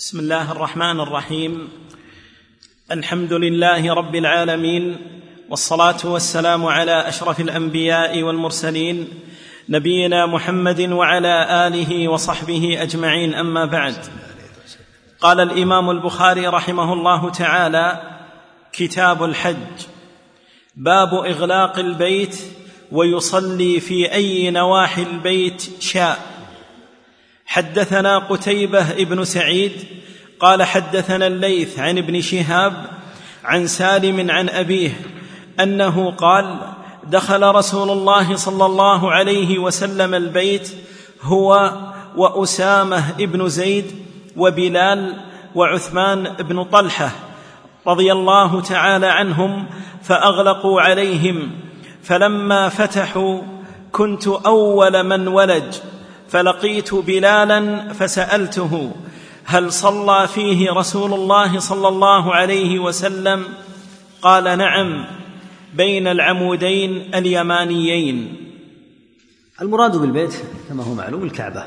بسم الله الرحمن الرحيم. الحمد لله رب العالمين، والصلاة والسلام على أشرف الأنبياء والمرسلين نبينا محمد وعلى آله وصحبه أجمعين، أما بعد. قال الإمام البخاري رحمه الله تعالى: كتاب الحج، باب إغلاق البيت ويصلي في أي نواحي البيت شاء. حدثنا قتيبة بن سعيد قال حدثنا الليث عن ابن شهاب عن سالم عن أبيه أنه قال: دخل رسول الله صلى الله عليه وسلم البيت هو وأسامة بن زيد وبلال وعثمان بن طلحة رضي الله تعالى عنهم، فأغلقوا عليهم، فلما فتحوا كنت أول من ولج، فلقيت بلالا فسألته: هل صلى فيه رسول الله صلى الله عليه وسلم؟ قال: نعم، بين العمودين اليمانيين. المراد بالبيت كما هو معلوم الكعبة،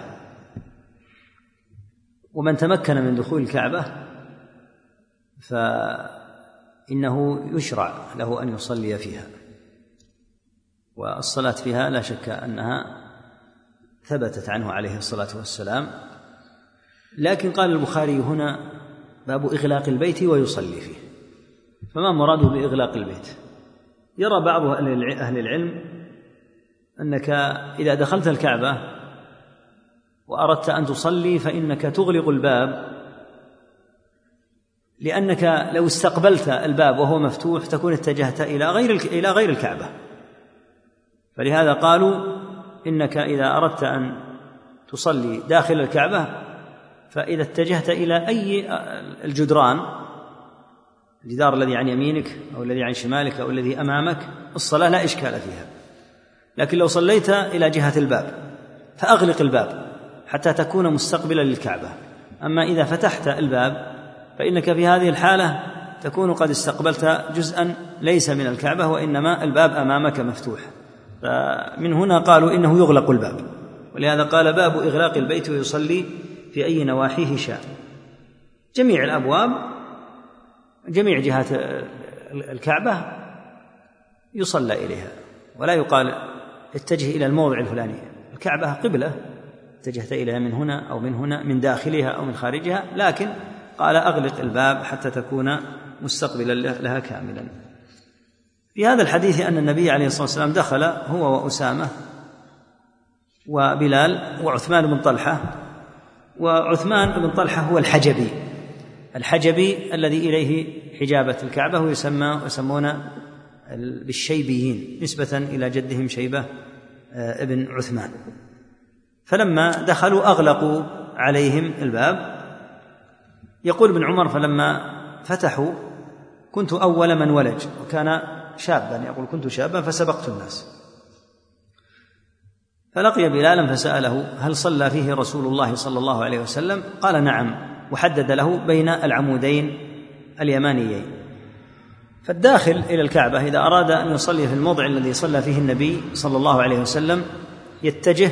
ومن تمكن من دخول الكعبة فإنه يشرع له أن يصلي فيها، والصلاة فيها لا شك أنها ثبتت عنه عليه الصلاة والسلام. لكن قال البخاري هنا: باب إغلاق البيت ويصلي فيه. فما مراده بإغلاق البيت؟ يرى بعض أهل العلم أنك إذا دخلت الكعبة وأردت أن تصلي فإنك تغلق الباب، لأنك لو استقبلت الباب وهو مفتوح تكون اتجهت إلى غير الكعبة. فلهذا قالوا: إنك إذا أردت أن تصلي داخل الكعبة فإذا اتجهت إلى أي الجدار الذي عن يمينك أو الذي عن شمالك أو الذي أمامك، الصلاة لا إشكال فيها. لكن لو صليت إلى جهة الباب فأغلق الباب حتى تكون مستقبلا للكعبة. أما إذا فتحت الباب فإنك في هذه الحالة تكون قد استقبلت جزءا ليس من الكعبة، وإنما الباب أمامك مفتوح. فمن هنا قالوا إنه يغلق الباب، ولهذا قال: باب إغلاق البيت ويصلي في أي نواحيه شاء. جميع الأبواب، جميع جهات الكعبة يصلى إليها، ولا يقال اتجه إلى الموضع الفلاني. الكعبة قبلة، اتجهت إليها من هنا أو من هنا، من داخلها أو من خارجها، لكن قال: أغلق الباب حتى تكون مستقبلا لها كاملا. في هذا الحديث أن النبي عليه الصلاة والسلام دخل هو وأسامة وبلال وعثمان بن طلحة. وعثمان بن طلحة هو الحجبي الذي إليه حجابة الكعبة، ويسمون بالشيبيين نسبة إلى جدهم شيبة ابن عثمان. فلما دخلوا أغلقوا عليهم الباب. يقول ابن عمر: فلما فتحوا كنت أول من ولج، وكان شابا، يقول: كنت شابا فسبقت الناس، فلقي بلالا فسأله: هل صلى فيه رسول الله صلى الله عليه وسلم؟ قال: نعم، وحدد له بين العمودين اليمانيين. فالداخل إلى الكعبة إذا أراد أن يصلي في الموضع الذي صلى فيه النبي صلى الله عليه وسلم يتجه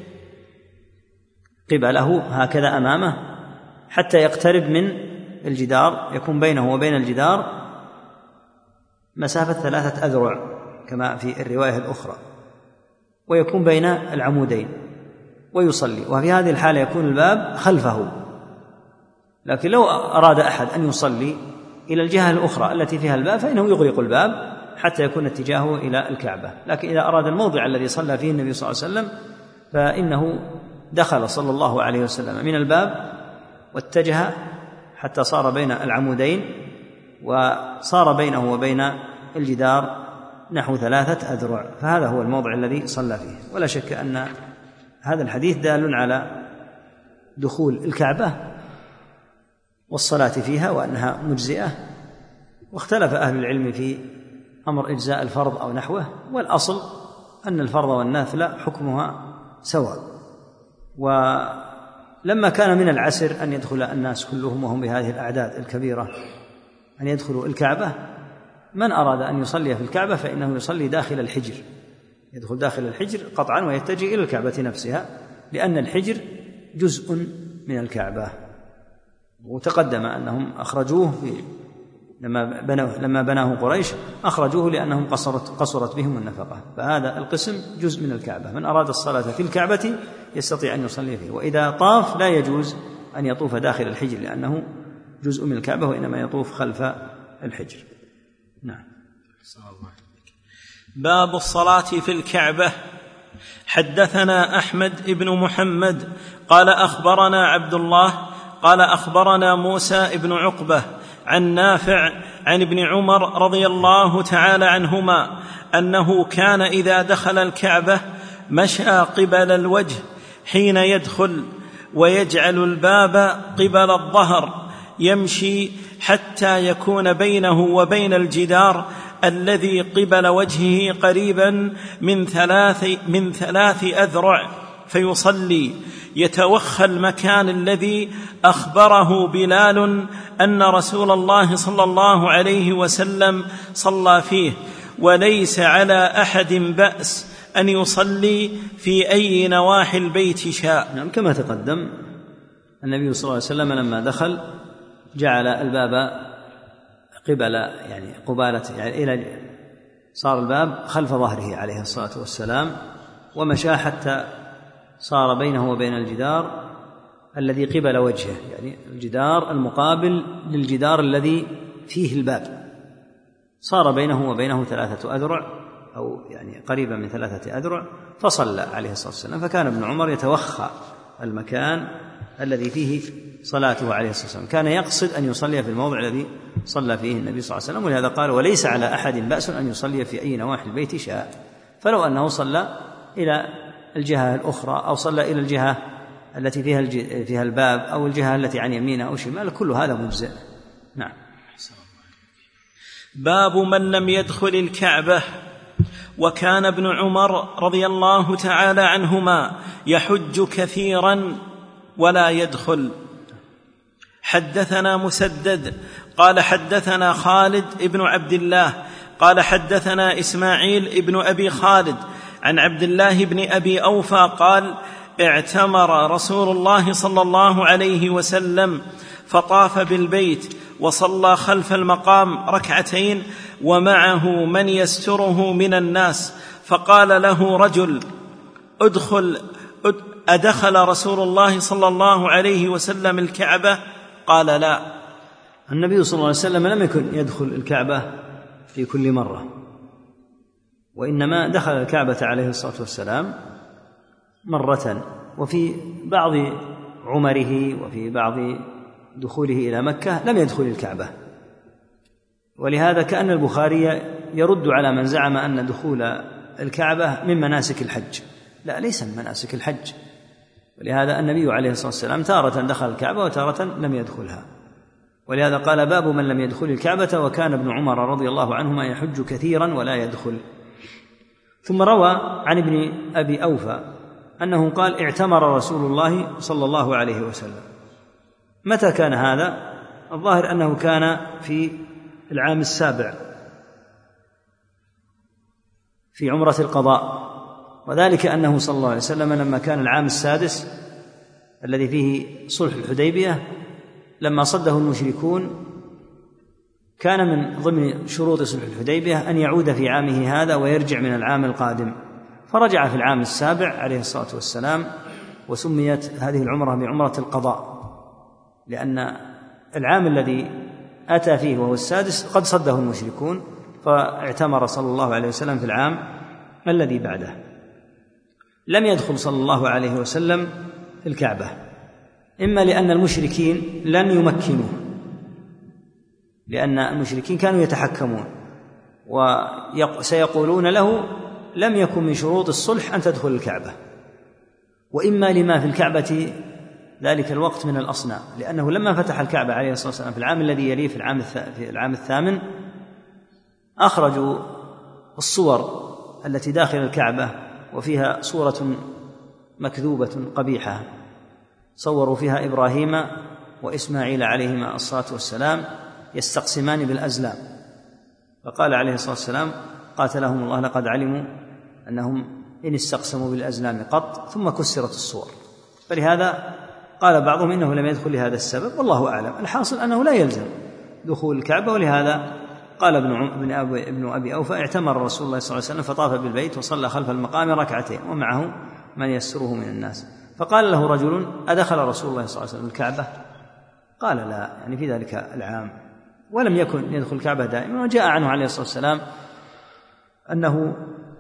قبله هكذا أمامه حتى يقترب من الجدار، يكون بينه وبين الجدار مسافة 3 أذرع كما في الرواية الأخرى، ويكون بين العمودين ويصلي. وفي هذه الحالة يكون الباب خلفه. لكن لو أراد أحد أن يصلي إلى الجهة الأخرى التي فيها الباب فإنه يغلق الباب حتى يكون اتجاهه إلى الكعبة. لكن إذا أراد الموضع الذي صلى فيه النبي صلى الله عليه وسلم فإنه دخل صلى الله عليه وسلم من الباب واتجه حتى صار بين العمودين، وصار بينه وبين الجدار نحو 3 أذرع. فهذا هو الموضع الذي صلى فيه. ولا شك أن هذا الحديث دال على دخول الكعبة والصلاة فيها وأنها مجزئة. واختلف أهل العلم في أمر إجزاء الفرض أو نحوه، والأصل أن الفرض والنافلة حكمها سواء. ولما كان من العسر أن يدخل الناس كلهم وهم بهذه الأعداد الكبيرة أن يدخلوا الكعبة، من أراد أن يصلي في الكعبة فإنه يصلي داخل الحجر، يدخل داخل الحجر قطعا ويتجه إلى الكعبة نفسها، لأن الحجر جزء من الكعبة. وتقدم أنهم أخرجوه لما بناه قريش أخرجوه لأنهم قصرت بهم النفقة. فهذا القسم جزء من الكعبة، من أراد الصلاة في الكعبة يستطيع أن يصلي فيه، وإذا طاف لا يجوز أن يطوف داخل الحجر لأنه جزء من الكعبة، وإنما يطوف خلف الحجر. نعم. باب الصلاة في الكعبة. حدثنا أحمد بن محمد قال أخبرنا عبد الله قال أخبرنا موسى بن عقبة عن نافع عن ابن عمر رضي الله تعالى عنهما أنه كان إذا دخل الكعبة مشى قبل الوجه حين يدخل، ويجعل الباب قبل الظهر، يمشي حتى يكون بينه وبين الجدار الذي قبل وجهه قريبا من ثلاث أذرع، فيصلي، يتوخى المكان الذي أخبره بلال أن رسول الله صلى الله عليه وسلم صلى فيه، وليس على أحد بأس أن يصلي في أي نواحي البيت شاء. نعم، كما تقدم النبي صلى الله عليه وسلم لما دخل جعل الباب قبل قبالة إلى صار الباب خلف ظهره عليه الصلاة والسلام، ومشى حتى صار بينه وبين الجدار الذي قبل وجهه، يعني الجدار المقابل للجدار الذي فيه الباب، صار بينه وبينه 3 أذرع أو قريبا من 3 أذرع، فصلى عليه الصلاة والسلام. فكان ابن عمر يتوخى المكان الذي فيه صلاته عليه الصلاة والسلام، كان يقصد أن يصلي في الموضع الذي صلى فيه النبي صلى الله عليه وسلم، ولهذا قال وليس على أحد بأس أن يصلي في أي نواحي البيت شاء. فلو أنه صلى إلى الجهة الأخرى أو صلى إلى الجهة التي فيها الباب أو الجهة التي عن يمينه أو شمال، كل هذا مجزئ. نعم. باب من لم يدخل الكعبة. وكان ابن عمر رضي الله تعالى عنهما يحج كثيرا ولا يدخل. حدثنا مسدد قال حدثنا خالد ابن عبد الله قال حدثنا إسماعيل ابن أبي خالد عن عبد الله بن أبي أوفى قال اعتمر رسول الله صلى الله عليه وسلم فطاف بالبيت وصلى خلف المقام 2 ومعه من يستره من الناس، فقال له رجل أدخل رسول الله صلى الله عليه وسلم الكعبة؟ قال لا. النبي صلى الله عليه وسلم لم يكن يدخل الكعبة في كل مرة، وإنما دخل الكعبة عليه الصلاة والسلام مرة، وفي بعض عمره وفي بعض دخوله إلى مكة لم يدخل الكعبة. ولهذا كأن البخاري يرد على من زعم أن دخول الكعبة من مناسك الحج. لا، ليس من مناسك الحج، ولهذا النبي عليه الصلاة والسلام تارة دخل الكعبة وتارة لم يدخلها. ولهذا قال باب من لم يدخل الكعبة، وكان ابن عمر رضي الله عنهما يحج كثيرا ولا يدخل. ثم روى عن ابن أبي أوفى أنه قال اعتمر رسول الله صلى الله عليه وسلم. متى كان هذا؟ الظاهر أنه كان في العام 7 في عمرة القضاء، وذلك أنه صلى الله عليه وسلم لما كان العام 6 الذي فيه صلح الحديبية، لما صده المشركون كان من ضمن شروط صلح الحديبية أن يعود في عامه هذا ويرجع من العام القادم، فرجع في العام 7 عليه الصلاة والسلام، وسميت هذه العمرة بعمرة القضاء، لأن العام الذي أتى فيه وهو 6 قد صده المشركون، فاعتمر صلى الله عليه وسلم في العام الذي بعده. لم يدخل صلى الله عليه وسلم الكعبة، إما لأن المشركين لن يمكنوه، لأن المشركين كانوا يتحكمون وسيقولون له لم يكن من شروط الصلح أن تدخل الكعبة، وإما لما في الكعبة ذلك الوقت من الأصنام، لأنه لما فتح الكعبة عليه الصلاة والسلام في العام الذي يليه في العام 8 أخرجوا الصور التي داخل الكعبة وفيها صورة مكذوبة قبيحة، صوروا فيها إبراهيم وإسماعيل عليهما الصلاة والسلام يستقسمان بالأزلام، فقال عليه الصلاة والسلام قاتلهم الله لقد علموا أنهم إن استقسموا بالأزلام قط، ثم كسرت الصور. فلهذا قال بعضهم إنه لم يدخل لهذا السبب، والله أعلم. الحاصل أنه لا يلزم دخول الكعبة، ولهذا قال ابن أبي أوفى: اعتمر رسول الله صلى الله عليه وسلم فطاف بالبيت وصلى خلف المقام ركعتين ومعه من يسره من الناس، فقال له رجل: أدخل رسول الله صلى الله عليه وسلم الكعبة؟ قال: لا، يعني في ذلك العام، ولم يكن يدخل الكعبة دائما. وجاء عنه عليه الصلاة والسلام أنه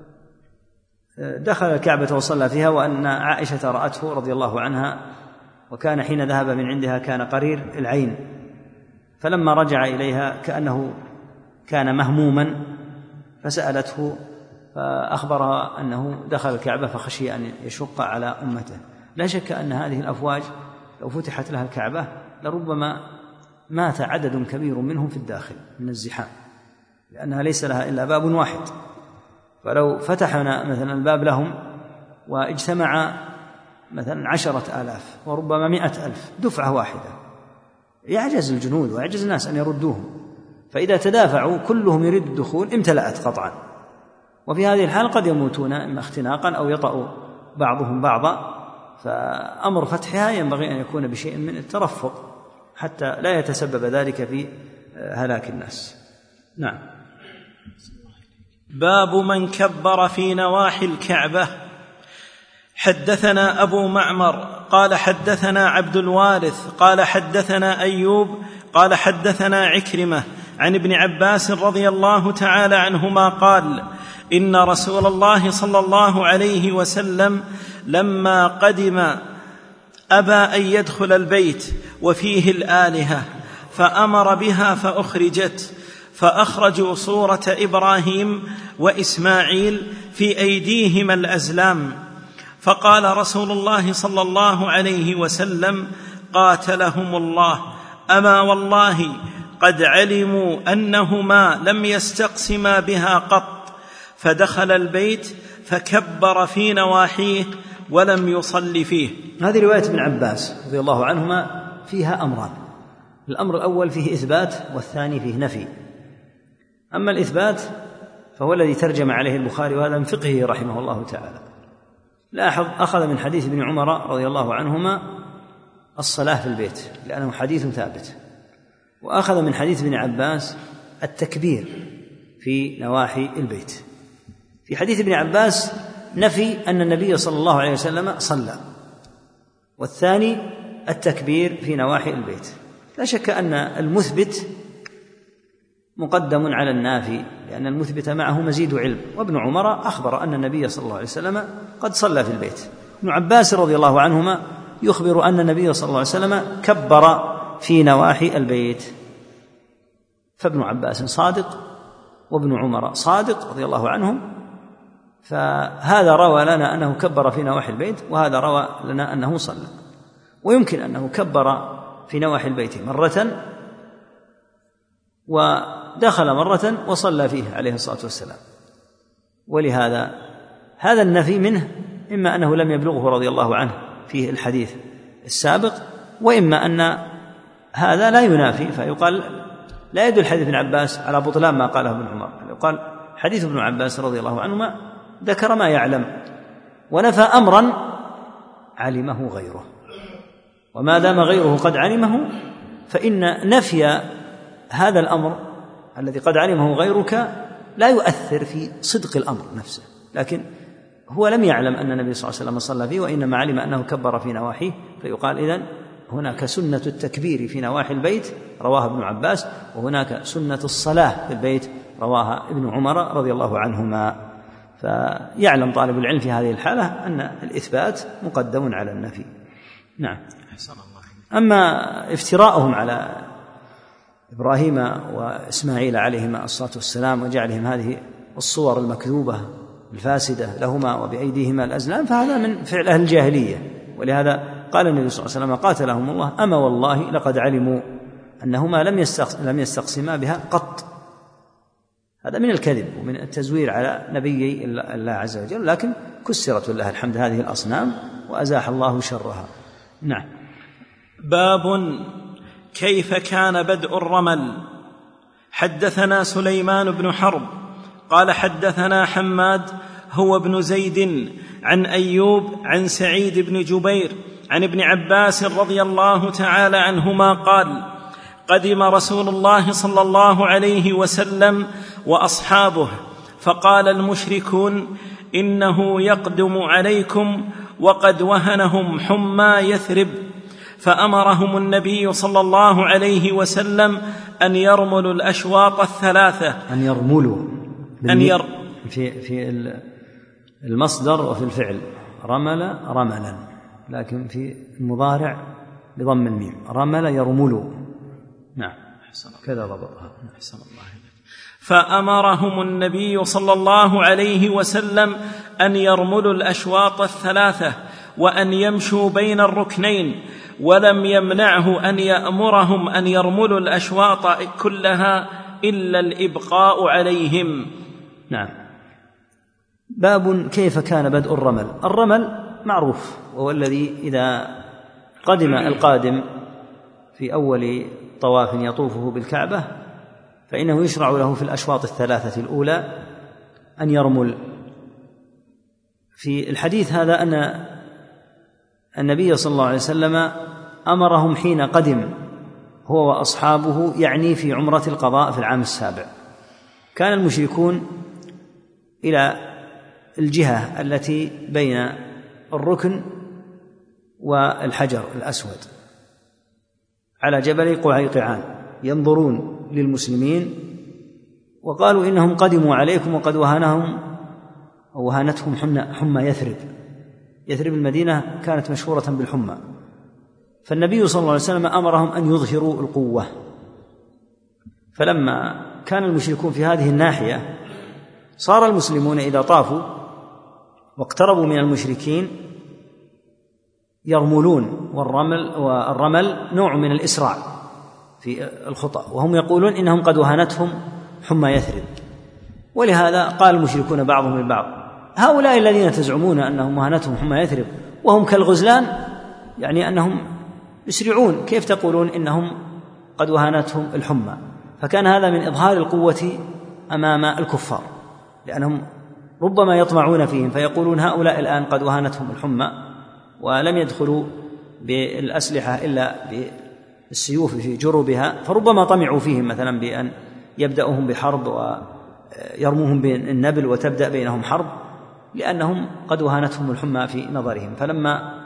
دخل الكعبة وصلى فيها، وأن عائشة رأته رضي الله عنها، وكان حين ذهب من عندها كان قرير العين، فلما رجع إليها كأنه كان مهموما، فسألته فأخبرها أنه دخل الكعبة فخشي أن يشق على أمته. لا شك أن هذه الأفواج لو فتحت لها الكعبة لربما مات عدد كبير منهم في الداخل من الزحام، لأنها ليس لها إلا باب واحد، فلو فتحنا مثلا الباب لهم واجتمع مثلا 10,000 وربما 100,000 دفعة واحدة، يعجز الجنود ويعجز الناس أن يردوهم، فإذا تدافعوا كلهم يريد الدخول امتلأت قطعا، وفي هذه الحال قد يموتون إما اختناقا أو يطأ بعضهم بعضا، فأمر فتحها ينبغي أن يكون بشيء من الترفق حتى لا يتسبب ذلك في هلاك الناس. نعم. باب من كبر في نواحي الكعبة. حدثنا أبو معمر قال حدثنا عبد الوارث قال حدثنا أيوب قال حدثنا عكرمة عن ابن عباس رضي الله تعالى عنهما قال: إن رسول الله صلى الله عليه وسلم لما قدم أبى أن يدخل البيت وفيه الآلهة، فأمر بها فأخرجت، فأخرجوا صورة إبراهيم وإسماعيل في أيديهما الأزلام، فقال رسول الله صلى الله عليه وسلم: قاتلهم الله، أما والله قد علموا أنهما لم يستقسما بها قط. فدخل البيت فكبر في نواحيه ولم يصل فيه. هذه رواية ابن عباس رضي الله عنهما فيها أمران: الأمر الأول فيه إثبات، والثاني فيه نفي. أما الإثبات فهو الذي ترجم عليه البخاري، وهذا من فقهه رحمه الله تعالى. لاحظ، أخذ من حديث ابن عمر رضي الله عنهما الصلاة في البيت لأنه حديث ثابت، وأخذ من حديث ابن عباس التكبير في نواحي البيت. في حديث ابن عباس نفي أن النبي صلى الله عليه وسلم صلى، والثاني التكبير في نواحي البيت. لا شك أن المثبت مقدم على النافي، لأن المثبت معه مزيد علم، وابن عمر أخبر أن النبي صلى الله عليه وسلم قد صلى في البيت. ابن عباس رضي الله عنهما يخبر أن النبي صلى الله عليه وسلم كبر في نواحي البيت، فابن عباس صادق وابن عمر صادق رضي الله عنهم، فهذا روى لنا أنه كبر في نواحي البيت، وهذا روى لنا أنه صلى. ويمكن أنه كبر في نواحي البيت مرة ودخل مرة وصلى فيه عليه الصلاة والسلام، ولهذا هذا النفي منه إما أنه لم يبلغه رضي الله عنه في الحديث السابق، وإما أن هذا لا ينافي، فيقال لا يدل حديث ابن عباس على بطلان ما قاله ابن عمر، يقال حديث ابن عباس رضي الله عنهما ذكر ما يعلم ونفى أمرا علمه غيره، وما دام غيره قد علمه فإن نفي هذا الأمر الذي قد علمه غيرك لا يؤثر في صدق الأمر نفسه، لكن هو لم يعلم أن النبي صلى الله عليه وسلم صلى فيه، وإنما علم أنه كبر في نواحيه، فيقال إذن هناك سنة التكبير في نواحي البيت رواها ابن عباس، وهناك سنة الصلاة في البيت رواها ابن عمر رضي الله عنهما. فيعلم طالب العلم في هذه الحالة أن الإثبات مقدم على النفي. نعم. أما افتراءهم على إبراهيم وإسماعيل عليهما الصلاة والسلام وجعلهم هذه الصور المكذوبة الفاسدة لهما وبأيديهما الأزلام، فهذا من فعل أهل الجاهلية، ولهذا قال النبي صلى الله عليه وسلم: قاتلهم الله، أما والله لقد علموا أنهما لم يستقسما بها قط. هذا من الكذب ومن التزوير على نبي الله عز وجل، لكن كسرت لله الحمد هذه الأصنام وأزاح الله شرها. نعم. باب كيف كان بدء الرمل. حدثنا سليمان بن حرب قال حدثنا حماد هو ابن زيد عن أيوب عن سعيد بن جبير عن ابن عباس رضي الله تعالى عنهما قال: قدم رسول الله صلى الله عليه وسلم وأصحابه، فقال المشركون: إنه يقدم عليكم وقد وهنهم حمى يثرب، فأمرهم النبي صلى الله عليه وسلم أن يرملوا الأشواط الثلاثة. أن يرملوا في المصدر وفي الفعل رمل رملا، لكن في المضارع بضم الميم رمل يرملوا. نعم، كذا ضبطها. أحسن الله إليك. فأمرهم النبي صلى الله عليه وسلم أن يرملوا الأشواط الثلاثة وأن يمشوا بين الركنين، ولم يمنعه أن يأمرهم أن يرملوا الأشواط كلها إلا الإبقاء عليهم. نعم. باب كيف كان بدء الرمل. الرمل معروف، وهو الذي إذا قدم القادم في أول طواف يطوفه بالكعبة فإنه يشرع له في الأشواط الثلاثة الأولى أن يرمل. في الحديث هذا أن النبي صلى الله عليه وسلم أمرهم حين قدم هو وأصحابه، يعني في عمرة القضاء في العام السابع. كان المشركون إلى الجهة التي بين الركن والحجر الأسود على جبل قعيقعان ينظرون للمسلمين، وقالوا إنهم قدموا عليكم وقد وهانتهم حمى يثرب. يثرب المدينة كانت مشهورة بالحمى، فالنبي صلى الله عليه وسلم أمرهم أن يظهروا القوة. فلما كان المشركون في هذه الناحية صار المسلمون إذا طافوا واقتربوا من المشركين يرملون، والرمل نوع من الإسراع في الخطى، وهم يقولون إنهم قد وهنتهم حمى يثرب. ولهذا قال المشركون بعضهم للبعض: هؤلاء الذين تزعمون أنهم وهنتهم حمى يثرب وهم كالغزلان، يعني أنهم يسرعون، كيف تقولون إنهم قد وهنتهم الحمى؟ فكان هذا من إظهار القوة أمام الكفار، لأنهم ربما يطمعون فيهم فيقولون هؤلاء الآن قد وهنتهم الحمى ولم يدخلوا بالأسلحة إلا بالسيوف في جربها، فربما طمعوا فيهم مثلا بأن يبدأهم بحرب ويرموهم بالنبل وتبدأ بينهم حرب، لأنهم قد وهنتهم الحمى في نظرهم. فلما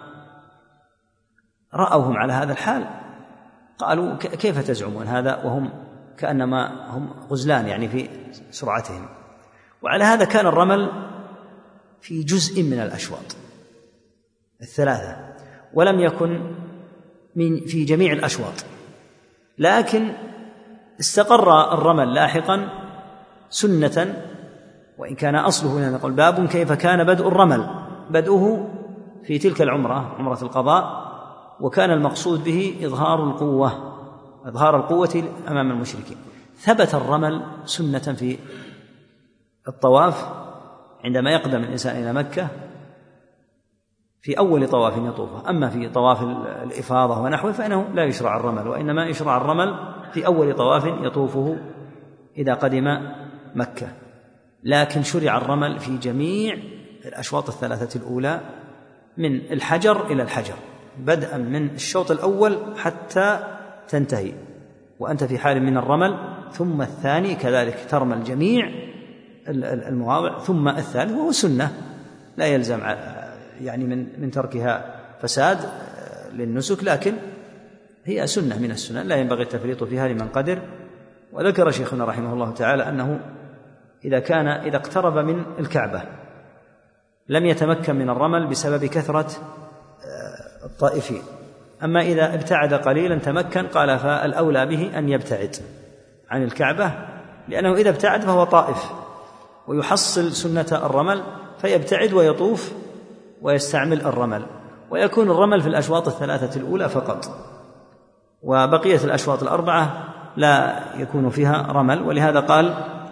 رأوهم على هذا الحال قالوا: كيف تزعمون هذا وهم كأنما هم غزلان، يعني في سرعتهم. وعلى هذا كان الرمل في جزء من الأشواط الثلاثة، ولم يكن في جميع الأشواط، لكن استقر الرمل لاحقا سنة، وإن كان أصله لنا نقول باب كيف كان بدء الرمل. بدؤه في تلك العمرة، عمرة القضاء، وكان المقصود به إظهار القوة أمام المشركين. ثبت الرمل سنة في الطواف عندما يقدم الإنسان إلى مكة في أول طواف يطوفه. أما في طواف الإفاضة ونحوه فإنه لا يشرع الرمل، وإنما يشرع الرمل في أول طواف يطوفه إذا قدم مكة. لكن شرع الرمل في جميع الأشواط الثلاثة الأولى من الحجر إلى الحجر، بدءا من الشوط الأول حتى تنتهي وأنت في حال من الرمل، ثم الثاني كذلك ترمل جميع المواضع، ثم الثالث، وهو سنة لا يلزم يعني من تركها فساد للنسك، لكن هي سنة من السنن لا ينبغي التفريط فيها لمن قدر. وذكر شيخنا رحمه الله تعالى أنه إذا اقترب من الكعبة لم يتمكن من الرمل بسبب كثرة الطائفين، أما إذا ابتعد قليلا تمكن. قال: فالأولى به أن يبتعد عن الكعبة، لأنه إذا ابتعد فهو طائف ويحصل سنة الرمل، فيبتعد ويطوف ويستعمل الرمل، ويكون الرمل في الأشواط الثلاثة الأولى فقط، وبقية الأشواط الأربعة لا يكون فيها رمل. ولهذا قال: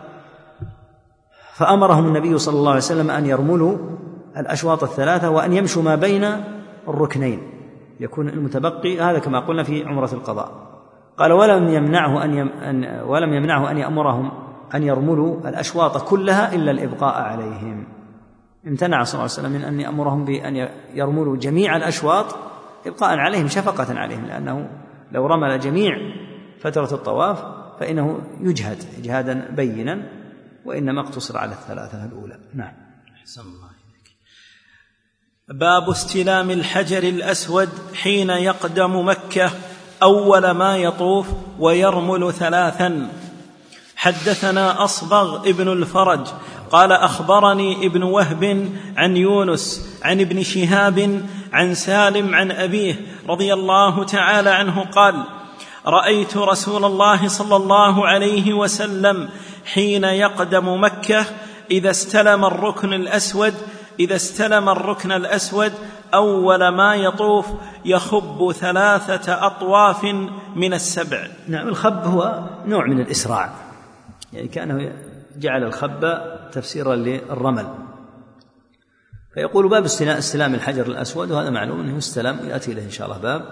فأمرهم النبي صلى الله عليه وسلم أن يرملوا الأشواط الثلاثة وأن يمشوا ما بين الركنين، يكون المتبقي هذا كما قلنا في عمرة القضاء. قال: ولم يمنعه أن يأمرهم أن يرملوا الأشواط كلها إلا الإبقاء عليهم. امتنع صلى الله عليه وسلم من أن يأمرهم بأن يرملوا جميع الأشواط إبقاء عليهم شفقة عليهم، لأنه لو رمل جميع فترة الطواف فإنه يجهد إجهادا بينا، وإنما اقتصر على الثلاثة الأولى. نعم. أحسن الله إليك. باب استلام الحجر الأسود حين يقدم مكة أول ما يطوف ويرمل 3. حدثنا أصبغ ابن الفرج قال أخبرني ابن وهب عن يونس عن ابن شهاب عن سالم عن أبيه رضي الله تعالى عنه قال: رأيت رسول الله صلى الله عليه وسلم حين يقدم مكة إذا استلم الركن الأسود أول ما يطوف يخب 3 أطواف من 7. نعم. الخب هو نوع من الإسراع، يعني كأنه جعل الخب تفسيرا للرمل. فيقول باب استلام الحجر الأسود، وهذا معلوم أنه استلم، يأتي إليه إن شاء الله باب.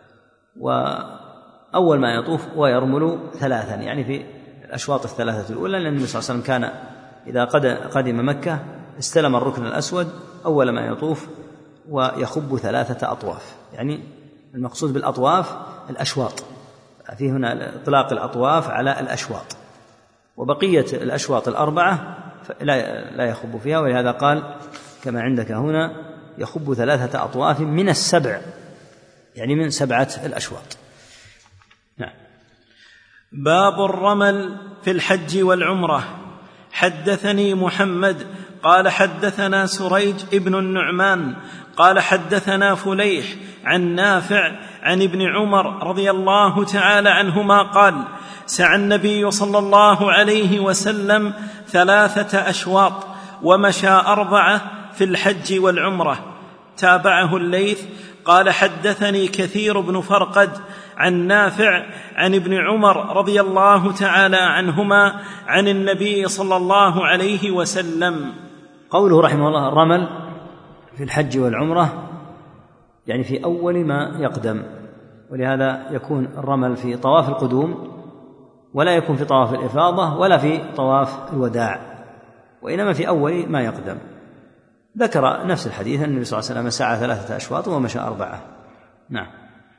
وأول ما يطوف ويرمل 3، يعني في الأشواط 3 الأولى، لأن النبي صلى الله عليه وسلم كان إذا قدم مكة استلم الركن الأسود أول ما يطوف ويخب 3 أطواف، يعني المقصود بالأطواف الأشواط، فيه هنا إطلاق الأطواف على الأشواط، وبقية الأشواط 4 لا يخب فيها، ولهذا قال كما عندك هنا يخب 3 أطواف من 7، يعني من 7 الأشواط. نعم. باب الرمل في الحج والعمرة. حدثني محمد قال حدثنا سريج ابن النعمان قال حدثنا فليح عن نافع عن ابن عمر رضي الله تعالى عنهما قال: سعى النبي صلى الله عليه وسلم 3 أشواط ومشى 4 في الحج والعمرة. تابعه الليث قال حدثني كثير بن فرقد عن نافع عن ابن عمر رضي الله تعالى عنهما عن النبي صلى الله عليه وسلم. قوله رحمه الله الرمل في الحج والعمرة، يعني في أول ما يقدم، ولهذا يكون الرمل في طواف القدوم، ولا يكون في طواف الإفاضة ولا في طواف الوداع، وإنما في أول ما يقدم. ذكر نفس الحديث أن النبي صلى الله عليه وسلم سعى 3 أشواط ومشى 4. نعم.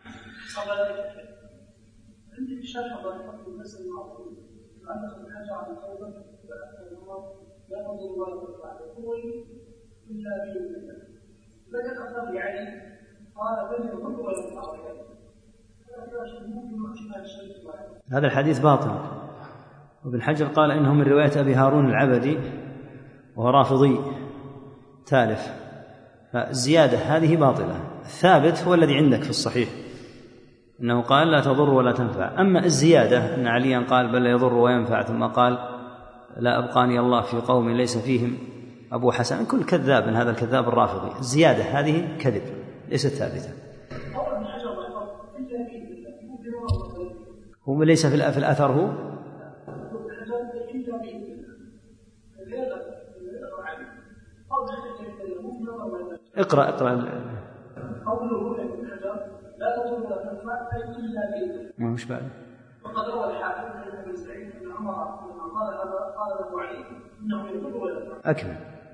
هذا الحديث باطل، وابن حجر قال إنه من رواية أبي هارون العبدي وهو رافضي تالف، فالزيادة هذه باطلة. الثابت هو الذي عندك في الصحيح، إنه قال لا تضر ولا تنفع. أما الزيادة أن عليا قال بل لا يضر وينفع، ثم قال لا أبقاني الله في قوم ليس فيهم أبو حسن، كل كذاب من هذا الكذاب الرافضي. الزيادة هذه كذب ليست ثابتة. هو ليس في الأثر هو اقرأ ما مش بعد. وقد روى الحاكم عن ابن سعيد بن عمر لما قال هذا قال له علي انه يضر ولا ينفع. اكمل.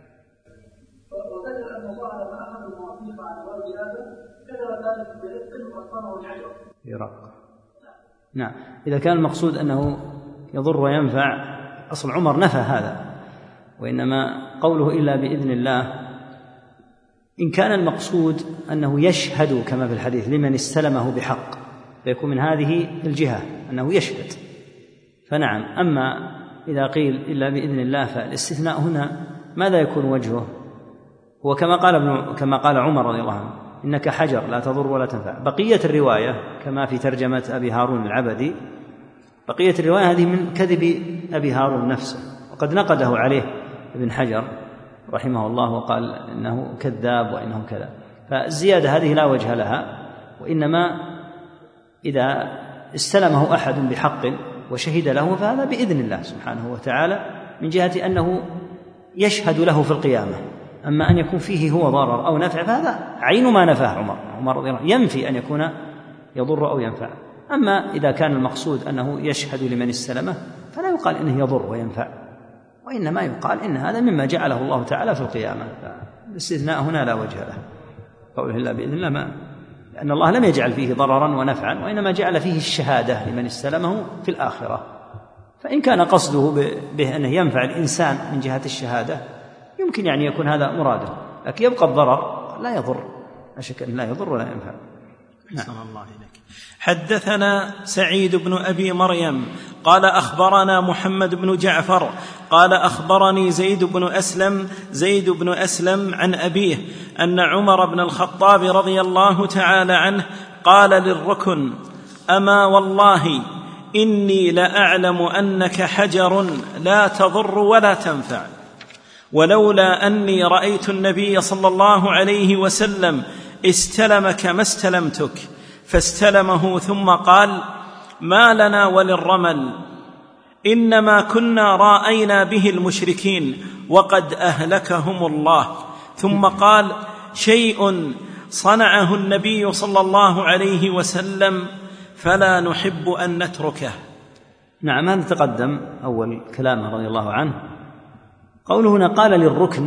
وذكر ان الله لما اخذ المواثيق عن والد ادم كتب ذلك برفق واكثره العجب. برق. نعم. اذا كان المقصود انه يضر وينفع، اصل عمر نفى هذا، وانما قوله الا باذن الله، إن كان المقصود أنه يشهد كما في الحديث لمن استلمه بحق، فيكون من هذه الجهة أنه يشهد، فنعم. أما إذا قيل إلا بإذن الله، فالاستثناء هنا ماذا يكون وجهه؟ هو كما قال عمر رضي الله عنه إنك حجر لا تضر ولا تنفع. بقية الرواية كما في ترجمة أبي هارون العبدي، بقية الرواية هذه من كذب أبي هارون نفسه، وقد نقده عليه ابن حجر رحمه الله وقال إنه كذاب وإنه كذا. فالزيادة هذه لا وجه لها، وإنما إذا استلمه أحد بحق وشهد له فهذا بإذن الله سبحانه وتعالى، من جهة أنه يشهد له في القيامة. أما أن يكون فيه هو ضرر أو نفع فهذا عين ما نفاه عمر رضي الله عنه، ينفي أن يكون يضر أو ينفع. أما إذا كان المقصود أنه يشهد لمن استلمه فلا يقال إنه يضر وينفع، وإنما يقال إن هذا مما جعله الله تعالى في القيامة، فالاستثناء هنا لا وجه له. قوله إلا بإذن الله لأن الله لم يجعل فيه ضررا ونفعا، وإنما جعل فيه الشهادة لمن استلمه في الآخرة. فإن كان قصده به أنه ينفع الإنسان من جهة الشهادة يمكن يعني يكون هذا مراده، لكن يبقى الضرر لا يضر، لا شك أن لا يضر ولا ينفع. أحسن الله إليك. حدثنا سعيد بن أبي مريم قال أخبرنا محمد بن جعفر قال أخبرني زيد بن أسلم عن أبيه أن عمر بن الخطاب رضي الله تعالى عنه قال للركن: أما والله إني لأعلم أنك حجر لا تضر ولا تنفع، ولولا أني رأيت النبي صلى الله عليه وسلم استلمك ما استلمتك، فاستلمه ثم قال: ما لنا وللرمل، إنما كنا رأينا به المشركين وقد أهلكهم الله. ثم قال: شيء صنعه النبي صلى الله عليه وسلم فلا نحب أن نتركه. نعم، هذا تقدم أول كلامه رضي الله عنه. قوله هنا قال للركن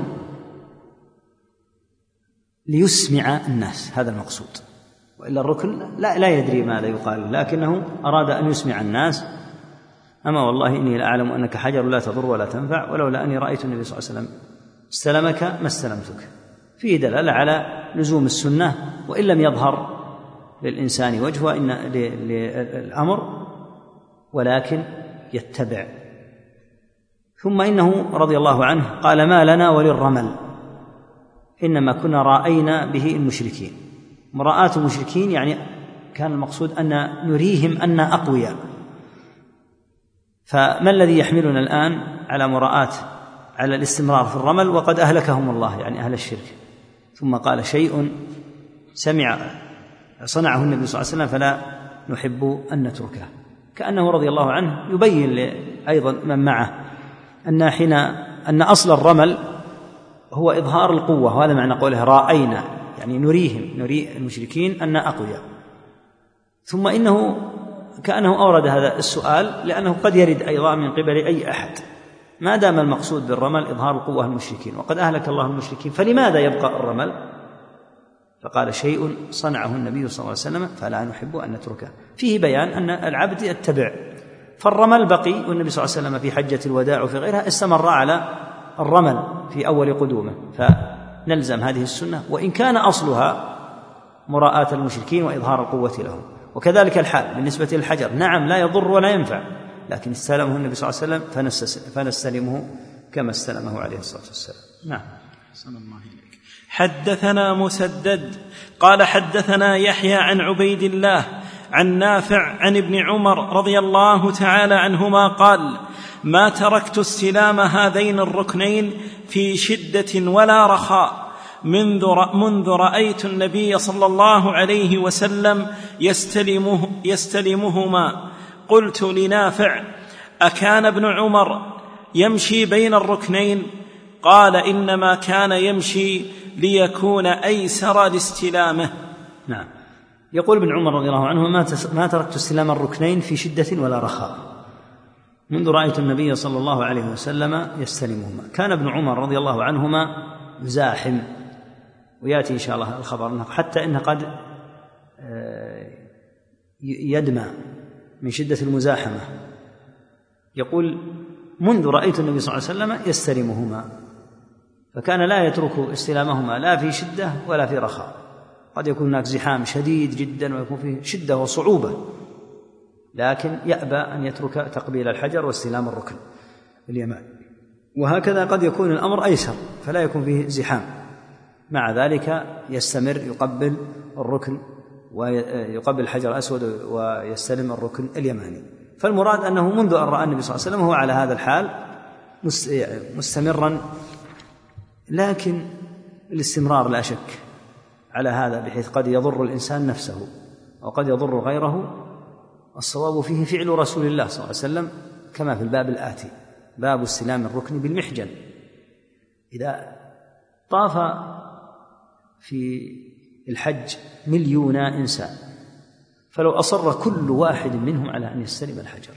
ليسمع الناس، هذا المقصود، وإلا الركن لا يدري ماذا يقال، لكنه أراد أن يسمع الناس: أما والله إني لأعلم أنك حجر لا تضر ولا تنفع، ولولا أني رأيت النبي صلى الله عليه وسلم استلمك ما استلمتك. فيه دلالة على لزوم السنة، وإن لم يظهر للإنسان وجهه إن للأمر، ولكن يتبع. ثم إنه رضي الله عنه قال: ما لنا وللرمل، إنما كنا رأينا به المشركين. مراءة المشركين يعني كان المقصود أن نريهم أن أقوياء. فما الذي يحملنا الآن على مراءة على الاستمرار في الرمل وقد أهلكهم الله، يعني أهل الشرك؟ ثم قال: شيء صنعه النبي صلى الله عليه وسلم فلا نحب أن نتركه. كأنه رضي الله عنه يبين أيضا من معه أن أصل الرمل هو إظهار القوة، وهذا معنى قوله رأينا، يعني نري المشركين أن أقوياء. ثم إنه كأنه أورد هذا السؤال لأنه قد يرد أيضا من قبل أي أحد، ما دام المقصود بالرمل إظهار القوة المشركين وقد أهلك الله المشركين، فلماذا يبقى الرمل؟ فقال: شيء صنعه النبي صلى الله عليه وسلم فلا نحب أن نتركه. فيه بيان أن العبد يتبع، فالرمل بقي، والنبي صلى الله عليه وسلم في حجة الوداع وفي غيرها استمر على الرمل في أول قدومه، فنلزم هذه السنة وإن كان أصلها مراءاة المشركين وإظهار القوة لهم. وكذلك الحال بالنسبة للحجر، نعم لا يضر ولا ينفع، لكن استلمه النبي صلى الله عليه وسلم فنستلمه كما استلمه عليه الصلاة والسلام. نعم. صلى الله عليه. حدثنا مسدد قال حدثنا يحيى عن عبيد الله عن نافع عن ابن عمر رضي الله تعالى عنهما قال: ما تركت استلام هذين الركنين في شدة ولا رخاء منذ رأيت النبي صلى الله عليه وسلم يستلمهما. قلت لنافع: أكان ابن عمر يمشي بين الركنين؟ قال: إنما كان يمشي ليكون أيسر لاستلامه. نعم. يقول ابن عمر رضي الله عنه: ما تركت استلام الركنين في شدة ولا رخاء منذ رأيت النبي صلى الله عليه وسلم يستلمهما. كان ابن عمر رضي الله عنهما يزاحم، ويأتي إن شاء الله الخبر حتى إنه قد يدمى من شدة المزاحمة. يقول: منذ رأيت النبي صلى الله عليه وسلم يستلمهما، فكان لا يترك استلامهما لا في شدة ولا في رخاء. قد يكون هناك زحام شديد جدا ويكون فيه شدة وصعوبة، لكن يأبى أن يترك تقبيل الحجر واستلام الركن اليماني. وهكذا قد يكون الأمر أيسر فلا يكون فيه زحام، مع ذلك يستمر يقبل الركن ويقبل الحجر الأسود ويستلم الركن اليماني. فالمراد أنه منذ أن رأى النبي صلى الله عليه وسلم هو على هذا الحال مستمرا، لكن الاستمرار لا شك على هذا بحيث قد يضر الإنسان نفسه أو قد يضر غيره، الصواب فيه فعل رسول الله صلى الله عليه وسلم كما في الباب الآتي: باب استلام الركن بالمحجن. إذا طاف في الحج 1,000,000 إنسان، فلو أصر كل واحد منهم على أن يستلم الحجر،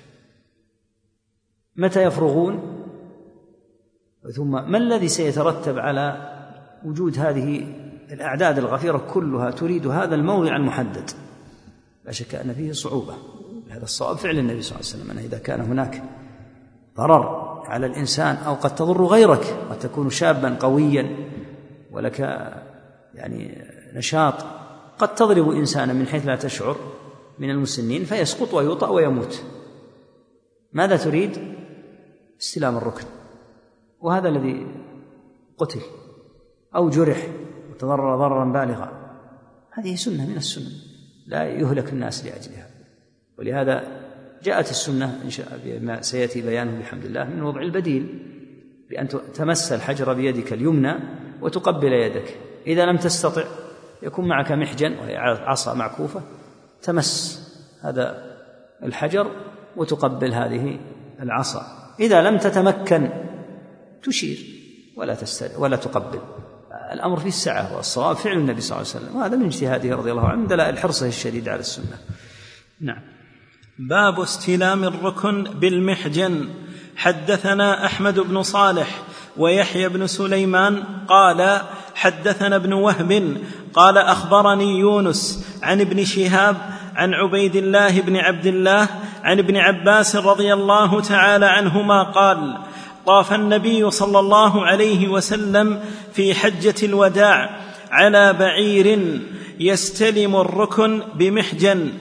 متى يفرغون؟ ثم ما الذي سيترتب على وجود هذه الأعداد الغفيرة كلها تريد هذا الموضع المحدد، لا شك أن فيه صعوبة. هذا الصواب فعل النبي صلى الله عليه وسلم، أنه إذا كان هناك ضرر على الإنسان أو قد تضر غيرك، قد تكون شابا قويا ولك يعني نشاط، قد تضرب إنسانا من حيث لا تشعر من المسنين فيسقط ويوطأ ويموت، ماذا تريد؟ استلام الركن، وهذا الذي قتل أو جرح وتضرر ضررا بالغا، هذه سنة من السنن لا يهلك الناس لأجلها. ولهذا جاءت السنة إن شاء بما سيأتي بيانه بحمد الله من وضع البديل، بأن تمس الحجر بيدك اليمنى وتقبل يدك، إذا لم تستطع يكون معك محجن وهي عصا معكوفة، تمس هذا الحجر وتقبل هذه العصا، إذا لم تتمكن تشير ولا تقبل. الأمر فيه السعة، والصواب فعل النبي صلى الله عليه وسلم، وهذا من اجتهاده رضي الله عنه دلائل حرصه الشديد على السنة. نعم. باب استلام الركن بالمحجن. حدثنا أحمد بن صالح ويحيى بن سليمان قال حدثنا ابن وهب قال أخبرني يونس عن ابن شهاب عن عبيد الله بن عبد الله عن ابن عباس رضي الله تعالى عنهما قال طاف النبي صلى الله عليه وسلم في حجة الوداع على بعير يستلم الركن بمحجن.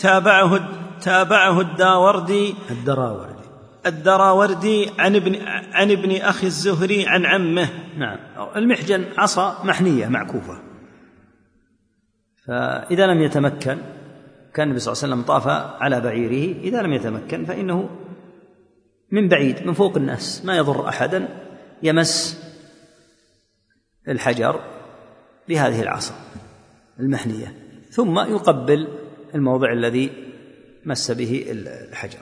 تابعه الدراوردي عن ابن أخي الزهري عن عمه. نعم. المحجن عصا محنية معكوفة، فإذا لم يتمكن، كان النبي صلى الله عليه وسلم طاف على بعيره، إذا لم يتمكن فإنه من بعيد من فوق الناس ما يضر أحدا يمس الحجر بهذه العصا المحنية، ثم يقبل الموضع الذي مس به الحجر.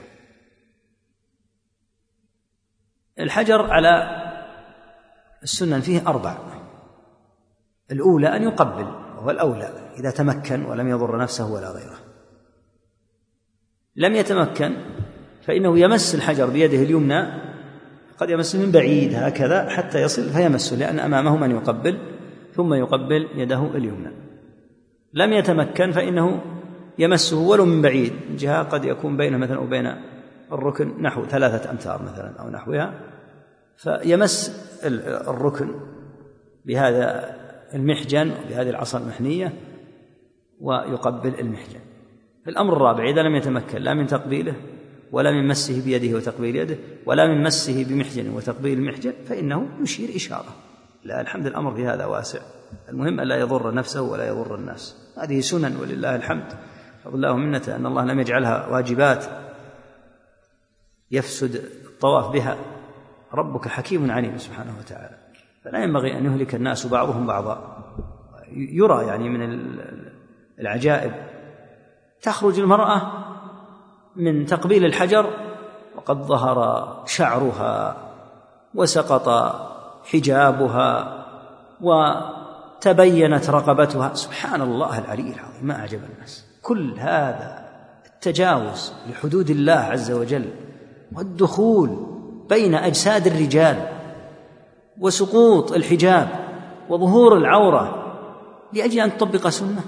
الحجر على السنن فيه 4، الأولى أن يقبل، وهو الأولى إذا تمكن ولم يضر نفسه ولا غيره. لم يتمكن فإنه يمس الحجر بيده اليمنى، قد يمس من بعيد هكذا حتى يصل فيمسه، لأن أمامه من يقبل، ثم يقبل يده اليمنى. لم يتمكن فإنه يمسه ولو من بعيد، جهة قد يكون بينه مثلا وبين الركن نحو 3 أمتار مثلا أو نحوها، فيمس الركن بهذا المحجن وبهذه العصا المحنية ويقبل المحجن. الأمر الرابع إذا لم يتمكن لا من تقبيله ولا من مسه بيده وتقبيل يده ولا من مسه بمحجن وتقبيل المحجن، فإنه يشير إشارة. لا، الحمد الأمر في هذا واسع، المهم أن لا يضر نفسه ولا يضر الناس. هذه سنن ولله الحمد، فضل الله ومنته أن الله لم يجعلها واجبات يفسد الطواف بها. ربك حكيم عليم سبحانه وتعالى، فلا ينبغي أن يهلك الناس بعضهم بعضا. يرى يعني من العجائب تخرج المرأة من تقبيل الحجر وقد ظهر شعرها وسقط حجابها وتبينت رقبتها، سبحان الله العلي العظيم، ما أعجب الناس. كل هذا التجاوز لحدود الله عز وجل والدخول بين أجساد الرجال وسقوط الحجاب وظهور العورة لأجل أن تطبق سنة،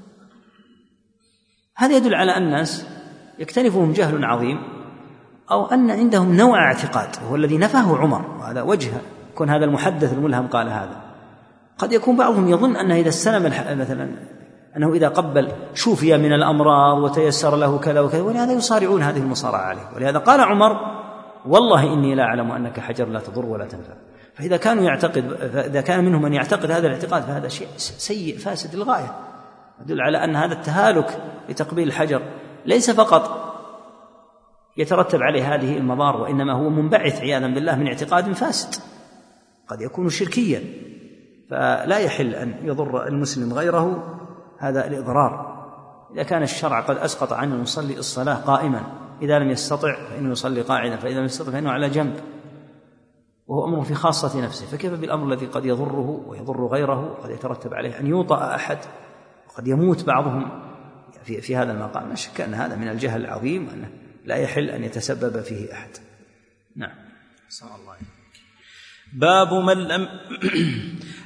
هذا يدل على أن الناس يكتنفهم جهل عظيم، أو أن عندهم نوع اعتقاد وهو الذي نفاه عمر، وهذا وجه كون هذا المحدث الملهم قال هذا. قد يكون بعضهم يظن أنه إذا استلم مثلا أنه إذا قبل شوفي من الأمراض وتيسر له كذا وكذا، ولهذا يصارعون هذه المصارعة عليه. ولهذا قال عمر والله إني لا أعلم أنك حجر لا تضر ولا تنفع. فإذا كان منهم من يعتقد هذا الاعتقاد فهذا شيء سيء فاسد للغاية، يدل على أن هذا التهالك لتقبيل الحجر ليس فقط يترتب عليه هذه المضار، وإنما هو منبعث عياذا بالله من اعتقاد فاسد قد يكون شركيا، فلا يحل أن يضر المسلم غيره هذا الإضرار. إذا كان الشرع قد أسقط عنه يصلي الصلاة قائما، إذا لم يستطع فإنه يصلي قاعدا، فإذا لم يستطع فإنه على جنب، وهو أمر في خاصة نفسه، فكيف بالأمر الذي قد يضره ويضر غيره، قد يترتب عليه أن يوطأ أحد وقد يموت بعضهم في هذا المقام. لا شك أن هذا من الجهل العظيم، أنه لا يحل أن يتسبب فيه أحد. نعم.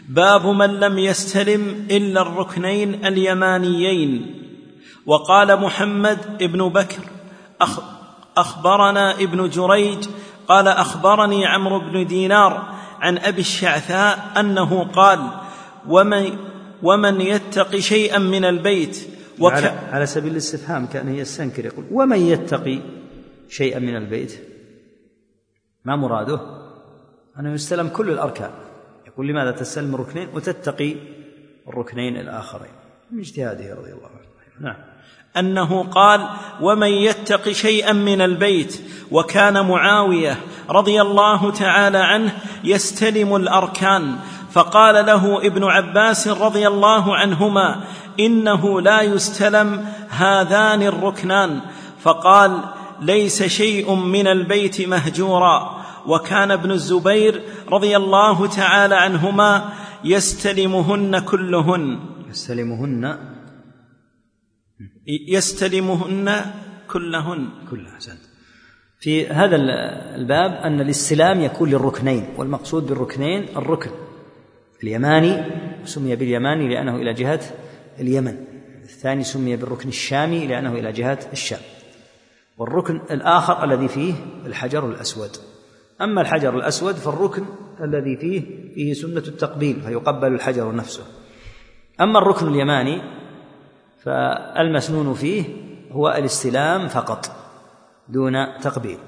باب من لم يستلم إلا الركنين اليمانيين. وقال محمد بن بكر أخبرنا ابن جريج قال أخبرني عمرو بن دينار عن أبي الشعثاء أنه قال ومن يتقي شيئا من البيت على سبيل الاستفهام كأنه يستنكر، يقول ومن يتقي شيئا من البيت، ما مراده؟ أنه يستلم كل الأركان، يقول لماذا تستلم الركنين وتتقي الركنين الآخرين؟ من اجتهاده رضي الله عنه. نعم. أنه قال ومن يتق شيئا من البيت، وكان معاوية رضي الله تعالى عنه يستلم الأركان، فقال له ابن عباس رضي الله عنهما إنه لا يستلم هذان الركنان، فقال ليس شيء من البيت مهجورا. وكان ابن الزبير رضي الله تعالى عنهما يستلمهن كلهن كلهن. في هذا الباب أن الاستلام يكون للركنين، والمقصود بالركنين الركن اليماني، سمي باليماني لأنه إلى جهة اليمن، الثاني سمي بالركن الشامي لأنه إلى جهة الشام، والركن الآخر الذي فيه الحجر الأسود. أما الحجر الأسود فالركن الذي فيه سنة التقبيل فيقبل الحجر نفسه. أما الركن اليماني فالمسنون فيه هو الاستلام فقط دون تقبيل.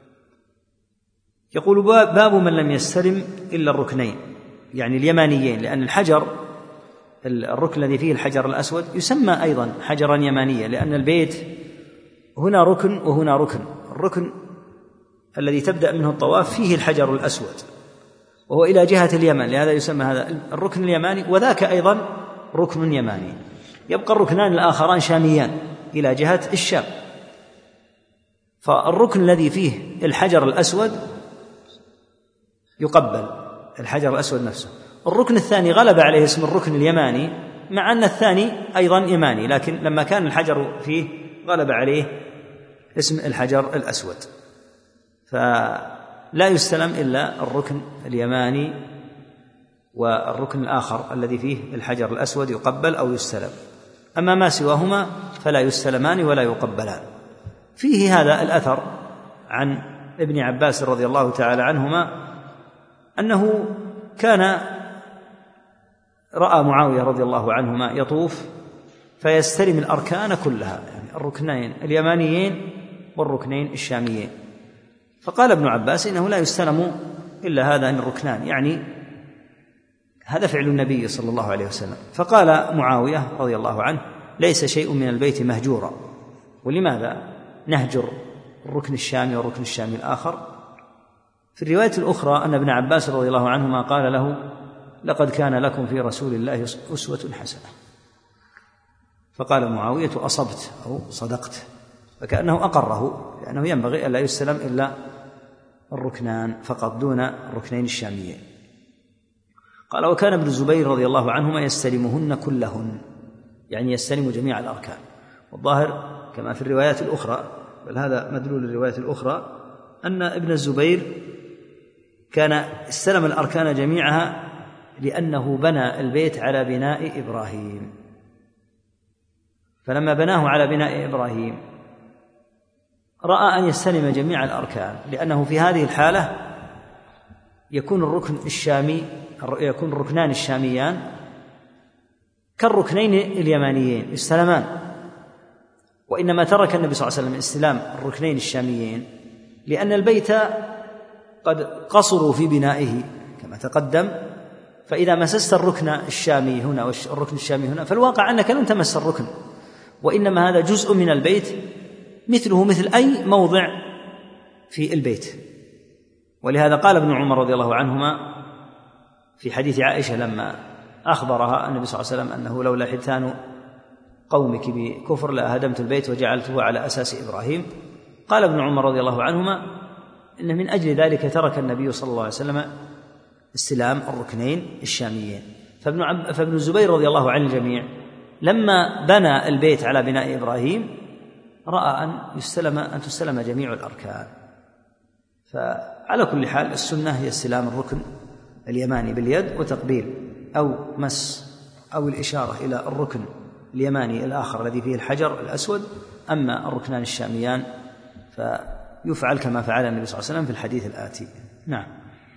يقول باب من لم يستلم إلا الركنين، يعني اليمانيين، لأن الركن الذي فيه الحجر الأسود يسمى أيضا حجرا يمانيا، لأن البيت هنا ركن وهنا ركن. الركن الذي تبدأ منه الطواف فيه الحجر الأسود وهو إلى جهة اليمن، لهذا يسمى هذا الركن اليماني، وذاك أيضا ركن يماني. يبقى الركنان الآخران شاميان إلى جهة الشام. فالركن الذي فيه الحجر الأسود يقبل الحجر الأسود نفسه. الركن الثاني غلب عليه اسم الركن اليماني، مع أن الثاني أيضا يماني، لكن لما كان الحجر فيه غلب عليه اسم الحجر الأسود، فلا يستلم إلا الركن اليماني، والركن الآخر الذي فيه الحجر الأسود يقبل أو يستلم. أما ما سواهما فلا يستلمان ولا يقبلان. فيه هذا الأثر عن ابن عباس رضي الله تعالى عنهما أنه كان رأى معاوية رضي الله عنهما يطوف فيستلم الأركان كلها، يعني الركنين اليمانيين والركنين الشاميين، فقال ابن عباس إنه لا يستلم إلا هذان الركنان، يعني هذا فعل النبي صلى الله عليه وسلم. فقال معاوية رضي الله عنه ليس شيء من البيت مهجورا. ولماذا نهجر الركن الشامي والركن الشامي الآخر؟ في الرواية الأخرى أن ابن عباس رضي الله عنهما قال له لقد كان لكم في رسول الله أسوة حسنة، فقال معاوية أصبت أو صدقت، فكأنه أقره، لأنه ينبغي ألا يستلم إلا الركنان فقط دون الركنين الشاميين. قال وكان ابن الزبير رضي الله عنهما يستلمهن كلهن، يعني يستلم جميع الأركان. والظاهر كما في الروايات الأخرى، بل هذا مدلول الرواية الأخرى، أن ابن الزبير كان استلم الأركان جميعها لأنه بنى البيت على بناء إبراهيم، فلما بناه على بناء إبراهيم رأى أن يستلم جميع الأركان، لأنه في هذه الحالة يكون الركنان الشاميان كالركنين اليمانيين يستلمان. وإنما ترك النبي صلى الله عليه وسلم استلام الركنين الشاميين لأن البيت قد قصروا في بنائه كما تقدم، فإذا مسست الركن الشامي هنا والركن الشامي هنا فالواقع أنك لن تمس الركن، وإنما هذا جزء من البيت مثله مثل أي موضع في البيت. ولهذا قال ابن عمر رضي الله عنهما في حديث عائشة لما أخبرها النبي صلى الله عليه وسلم أنه لولا حدثان قومك بكفر لأهدمت البيت وجعلته على أساس إبراهيم، قال ابن عمر رضي الله عنهما إن من أجل ذلك ترك النبي صلى الله عليه وسلم استلام الركنين الشاميين. فابن الزبير رضي الله عن الجميع لما بنى البيت على بناء إبراهيم رأى أن تستلم جميع الأركان. فعلى كل حال السنة هي استلام الركن اليماني باليد وتقبيل أو مس أو الإشارة إلى الركن اليماني الآخر الذي فيه الحجر الأسود. أما الركنان الشاميان فيفعل كما فعل النبي صلى الله عليه وسلم في الحديث الآتي. نعم.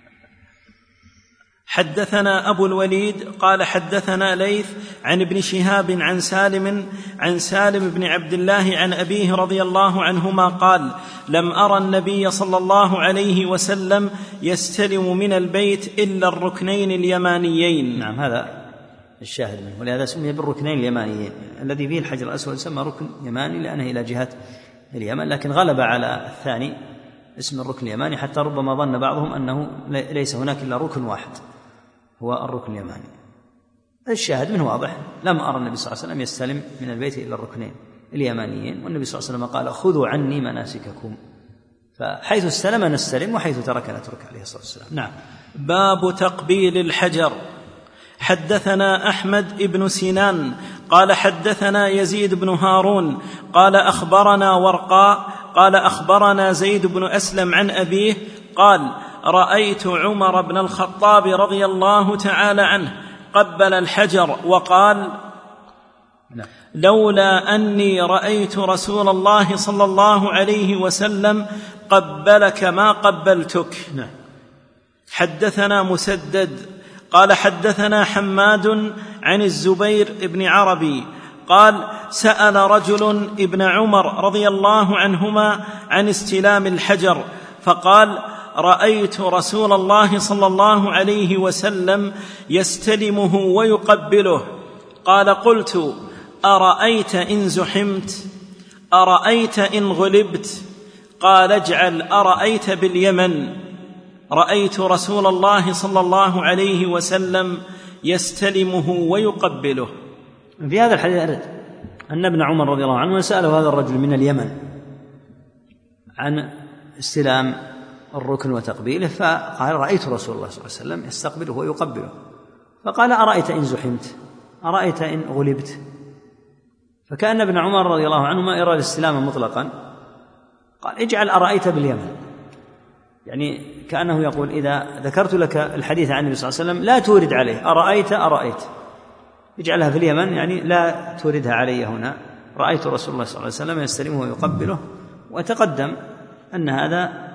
حدثنا أبو الوليد قال حدثنا ليث عن ابن شهاب عن سالم بن عبد الله عن أبيه رضي الله عنهما قال: لم أرى النبي صلى الله عليه وسلم يستلم من البيت إلا الركنين اليمانيين. نعم، هذا الشاهد منه، ولهذا سمي بالركنين اليمانيين. الذي فيه الحجر الأسود يسمى ركن يماني لأنه إلى جهة اليمن، لكن غلب على الثاني اسم الركن اليماني، حتى ربما ظن بعضهم أنه ليس هناك إلا ركن واحد هو الركن اليماني. الشاهد منه واضح: لم أرى النبي صلى الله عليه وسلم يستلم من البيت إلا الركنين اليمانيين، والنبي صلى الله عليه وسلم قال: خذوا عني مناسككم. فحيث استلم نستلم، وحيث ترك نترك عليه الصلاة والسلام. نعم. باب تقبيل الحجر. حدثنا أحمد بن سنان قال حدثنا يزيد بن هارون قال أخبرنا ورقاء قال أخبرنا زيد بن أسلم عن أبيه قال: رأيت عمر بن الخطاب رضي الله تعالى عنه قبل الحجر وقال: لولا أني رأيت رسول الله صلى الله عليه وسلم قبلك ما قبلتك. حدثنا مسدد قال حدثنا حماد عن الزبير بن عربي قال: سأل رجل ابن عمر رضي الله عنهما عن استلام الحجر فقال: رأيت رسول الله صلى الله عليه وسلم يستلمه ويقبله. قال: قلت: أرأيت إن زحمت؟ أرأيت إن غلبت؟ قال: اجعل أرأيت باليمن. رأيت رسول الله صلى الله عليه وسلم يستلمه ويقبله. في هذا الحديث أرد أن ابن عمر رضي الله عنه سأله هذا الرجل من اليمن عن استلام الركن وتقبيله، فقال: رأيت رسول الله صلى الله عليه وسلم يستقبله ويقبله. فقال: أرأيت إن زحمت؟ أرأيت إن غلبت؟ فكأن ابن عمر رضي الله عنه ما يرى الاستلام مطلقا، قال: اجعل أرأيت باليمن، يعني كأنه يقول: إذا ذكرت لك الحديث عن النبي صلى الله عليه وسلم لا تورد عليه أرأيت، اجعلها في اليمن، يعني لا توردها علي هنا. رأيت رسول الله صلى الله عليه وسلم يستلمه ويقبله. وتقدم أن هذا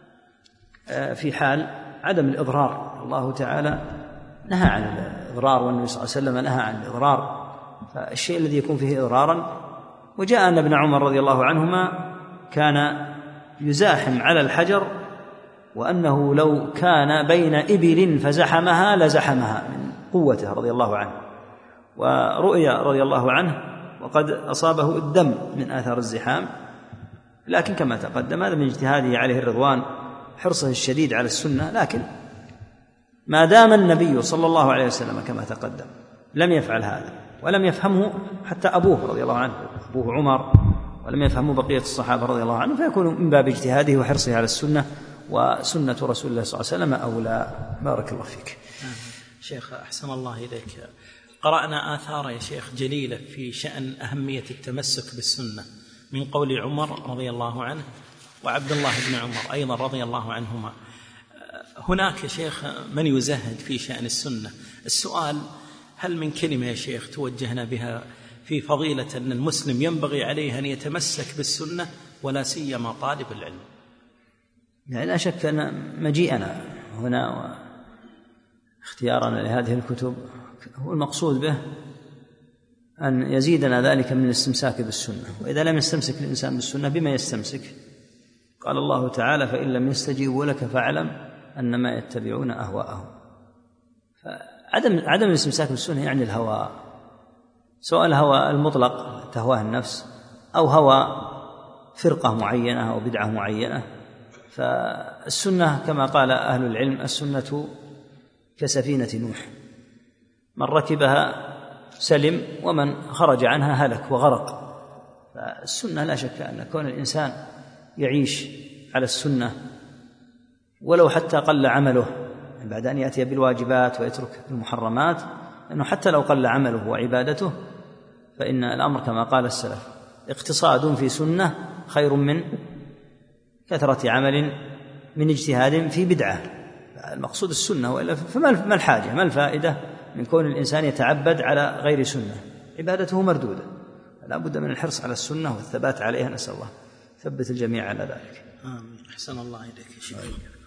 في حال عدم الإضرار، الله تعالى نهى عن الإضرار، والنبي صلى الله عليه وسلم نهى عن الإضرار، فالشيء الذي يكون فيه إضرارا. وجاء أن ابن عمر رضي الله عنهما كان يزاحم على الحجر، وأنه لو كان بين إبل فزحمها لزحمها من قوته رضي الله عنه. ورؤيا رضي الله عنه وقد أصابه الدم من آثار الزحام، لكن كما تقدم هذا من اجتهاده عليه الرضوان، حرصه الشديد على السنة. لكن ما دام النبي صلى الله عليه وسلم كما تقدم لم يفعل هذا، ولم يفهمه حتى أبوه رضي الله عنه، أبوه عمر، ولم يفهمه بقية الصحابة رضي الله عنه، فيكون من باب اجتهاده وحرصه على السنة، وسنة رسول الله صلى الله عليه وسلم أولى. بارك الله فيك. شيخ أحسن الله إليك، قرأنا آثار يا شيخ جليلة في شأن أهمية التمسك بالسنة من قول عمر رضي الله عنه وعبد الله بن عمر أيضا رضي الله عنهما. هناك يا شيخ من يزهد في شأن السنة. السؤال: هل من كلمة يا شيخ توجهنا بها في فضيلة أن المسلم ينبغي عليه أن يتمسك بالسنة ولا سيما طالب العلم؟ لا شك أن مجيئنا هنا واختيارنا لهذه الكتب هو المقصود به أن يزيدنا ذلك من الاستمساك بالسنة. وإذا لم يستمسك الإنسان بالسنة بما يستمسك؟ قال الله تعالى: فإن لم يستجيبوا لك فاعلم أنما يتبعون أهواءهم. فعدم الاستمساك بالسنة يعني الهوى، سواء الهوى المطلق تهواه النفس، أو هوى فرقة معينة أو بدعة معينة. فالسنة كما قال أهل العلم: السنة كسفينة نوح، من ركبها سلم ومن خرج عنها هلك وغرق. فالسنة لا شك أن كون الإنسان يعيش على السنة ولو حتى قل عمله بعد أن يأتي بالواجبات ويترك المحرمات، لأنه حتى لو قل عمله وعبادته فإن الأمر كما قال السلف: اقتصاد في سنة خير من كثرة عمل من اجتهاد في بدعة. المقصود السنة، وإلا فما الحاجة، ما الفائدة من كون الإنسان يتعبد على غير سنة، عبادته مردودة. لا بد من الحرص على السنة والثبات عليها، نسأل الله ثبت الجميع على ذلك. آمين. أحسن الله إليك يا شيخ.